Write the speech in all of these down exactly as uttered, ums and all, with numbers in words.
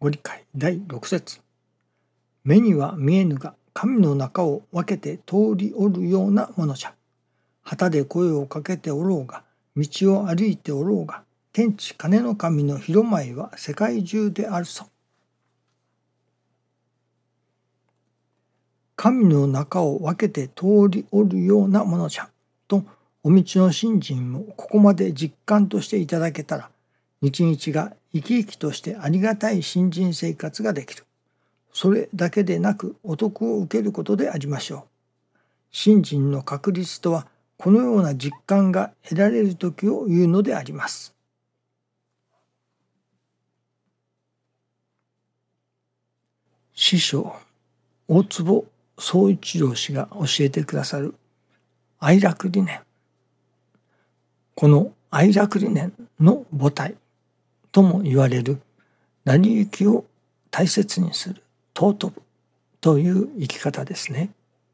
ご理解だいろく節。目には見えぬが神の中を分けて通りおるようなものじゃ。旗で声をかけておろうが、道を歩いておろうが、天地金の神の広まいは世界中であるぞ。神の中を分けて通りおるようなものじゃと、お道の信心もここまで実感としていただけたら、日々が生き生きとしてありがたい信心生活ができる。それだけでなくお得を受けることでありましょう。信心の確率とは、このような実感が得られるときを言うのであります。師匠大坪宗一郎氏が教えてくださる愛楽理念。この愛楽理念の母体とも言われる成り行きを大切にする尊ぶという生き方ですね。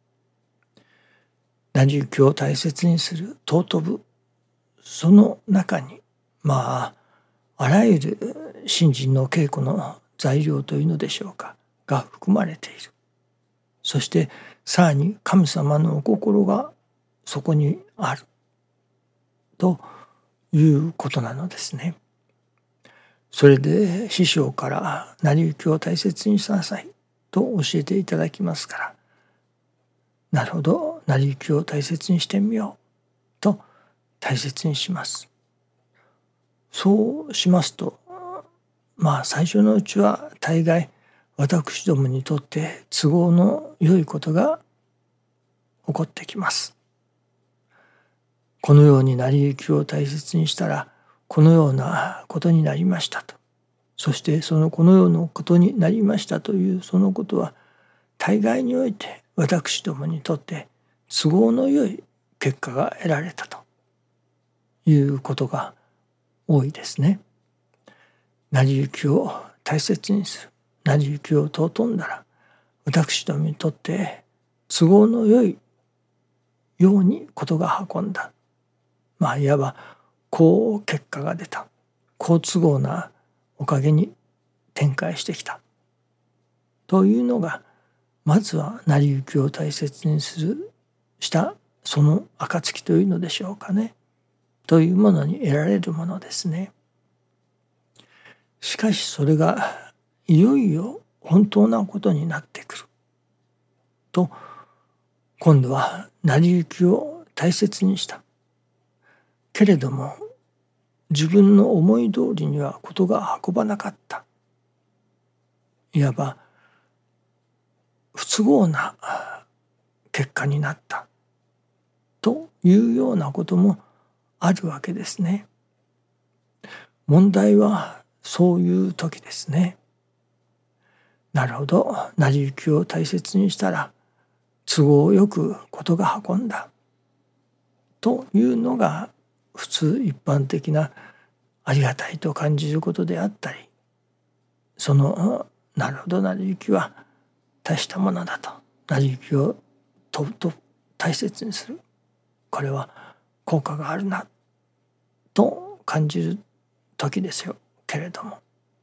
成り行きを大切にする尊ぶ、その中にまああらゆる信心の稽古の材料というのでしょうかが含まれている。そしてさらに神様のお心がそこにあるということなのですね。それで師匠から成り行きを大切にしなさいと教えていただきますから、なるほど、成り行きを大切にしてみようと大切にします。そうしますと、まあ最初のうちは大概私どもにとって都合の良いことが起こってきます。このように成り行きを大切にしたらこのようなことになりましたと。そしてそのこのようなことになりましたというそのことは大概において私どもにとって都合の良い結果が得られたということが多いですね。成り行きを大切にする、成り行きを尊んだら私どもにとって都合の良いようにことが運んだ、まあいわば好結果が出た、好都合なおかげに展開してきたというのが、まずは成り行きを大切にするしたその暁というのでしょうかね、というものに得られるものですね。しかしそれがいよいよ本当なことになってくると、今度は成り行きを大切にしたけれども自分の思い通りにはことが運ばなかった、いわば不都合な結果になったというようなこともあるわけですね。問題はそういう時ですね。なるほど、成り行きを大切にしたら都合よくことが運んだというのが普通一般的なありがたいと感じることであったり、そのなるほど成り行きは大したものだと、成り行きをとと大切にする、これは効果があるなと感じる時ですよけれども、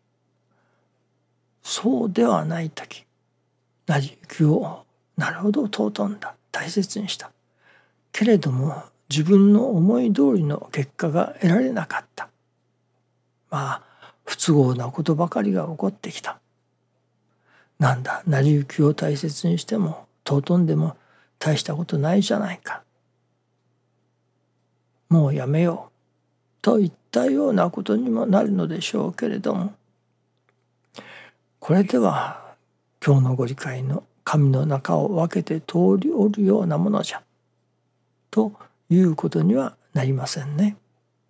そうではない時、成り行きをなるほど尊んだ、大切にしたけれども自分の思い通りの結果が得られなかった、まあ不都合なことばかりが起こってきた、なんだ成り行きを大切にしても尊んでも大したことないじゃないか、もうやめようといったようなことにもなるのでしょうけれども、これでは今日のご理解の神の中を分けて通りおるようなものじゃということにはなりませんね。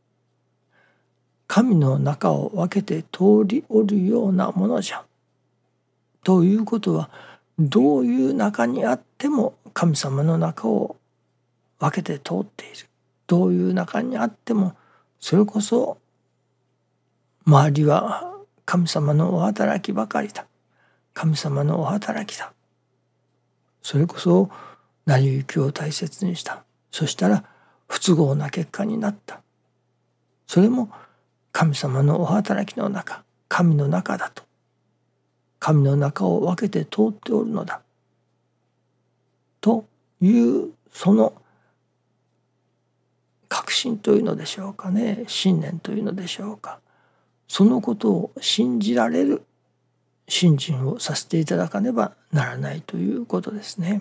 神の中を分けて通りおるようなものじゃということは、どういう中にあっても神様の中を分けて通っている、どういう中にあってもそれこそ周りは神様のお働きばかりだ、神様のお働きだ、それこそ成り行きを大切にした、そしたら不都合な結果になった、それも神様のお働きの中、神の中だと神の中を分けて通っておるのだというその確信というのでしょうかね、信念というのでしょうか、そのことを信じられる信心をさせていただかねばならないということですね。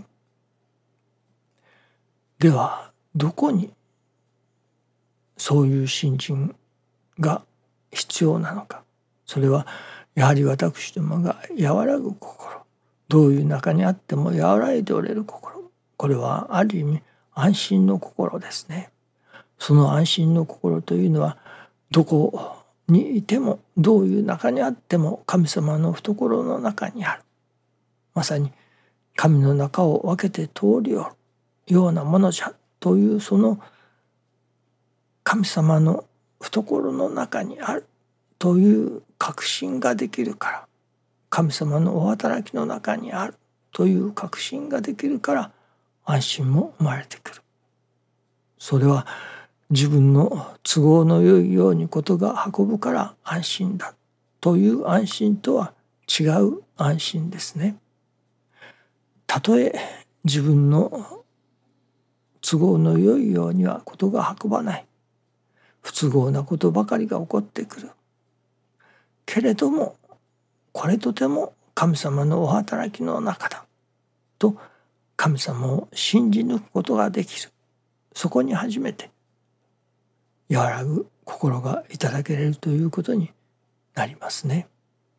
ではどこにそういう信心が必要なのか。それはやはり私どもが和らぐ心、どういう中にあっても和らいでおれる心、これはある意味安心の心ですね。その安心の心というのはどこにいてもどういう中にあっても神様の懐の中にある、まさに神の中を分けて通りおるようなものじゃというその神様の懐の中にあるという確信ができるから、神様のお働きの中にあるという確信ができるから安心も生まれてくる。それは自分の都合のよいようにことが運ぶから安心だという安心とは違う安心ですね。たとえ自分の都合のよいようにはことが運ばない、不都合なことばかりが起こってくるけれども、これとても神様のお働きの中だと神様を信じ抜くことができる。そこに初めて和らぐ心がいただけれるということになりますね。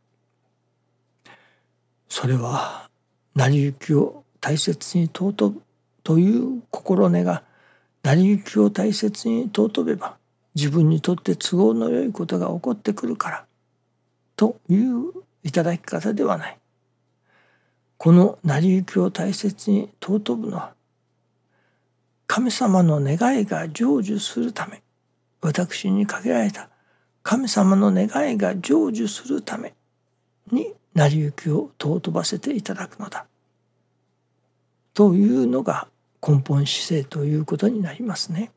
それは成り行きを大切に尊ぶという心根が成り行きを大切に尊べば自分にとって都合のよいことが起こってくるからといういただき方ではない。この成り行きを大切に尊ぶのは神様の願いが成就するため、私にかけられた神様の願いが成就するために成り行きを尊ばせていただくのだというのが根本姿勢ということになりますね。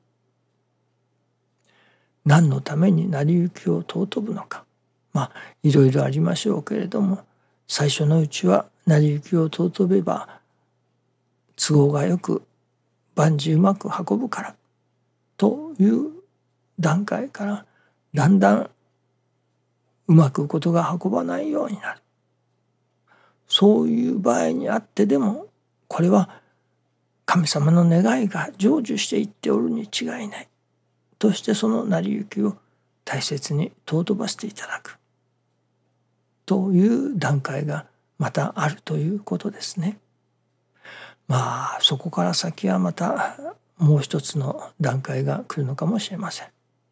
何のために成り行きを尊ぶのか、まあいろいろありましょうけれども、最初のうちは成り行きを尊べば都合がよく万事うまく運ぶからという段階からだんだんうまくことが運ばないようになる。そういう場合にあってでもこれは神様の願いが成就していっておるに違いないとして、その成り行きを大切に尊ばせていただくという段階がまたあるということですね。まあそこから先はまたもう一つの段階が来るのかもしれません。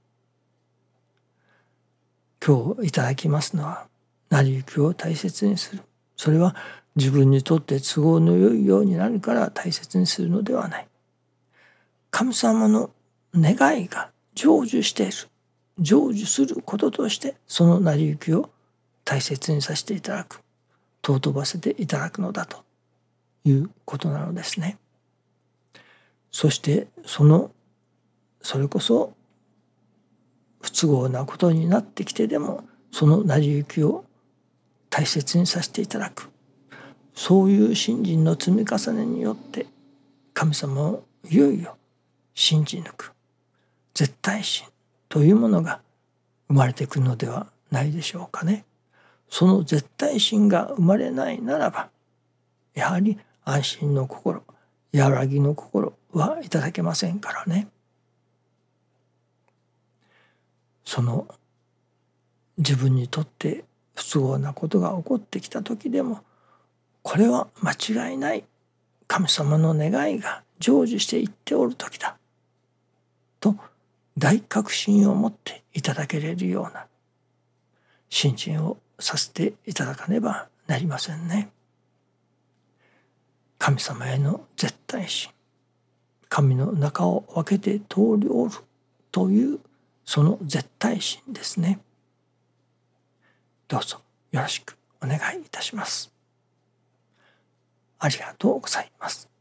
今日いただきますのは成り行きを大切にする。それは自分にとって都合の良いようになるから大切にするのではない。神様の願いが成就している、成就することとしてその成り行きを大切にさせていただく、尊ばせていただくのだということなのですね。そしてそのそれこそ不都合なことになってきてでもその成り行きを大切にさせていただく、そういう信心の積み重ねによって神様をいよいよ信じ抜く絶対信というものが生まれてくるのではないでしょうかね。その絶対信が生まれないならばやはり安心の心、和らぎの心はいただけませんからね。その自分にとって不都合なことが起こってきた時でもこれは間違いない神様の願いが成就していっておる時だと大確信を持っていただけれるような信心をさせていただかねばなりませんね。神様への絶対信、神の中を分けて通りおるというその絶対信ですね。どうぞよろしくお願いいたします。ありがとうございます。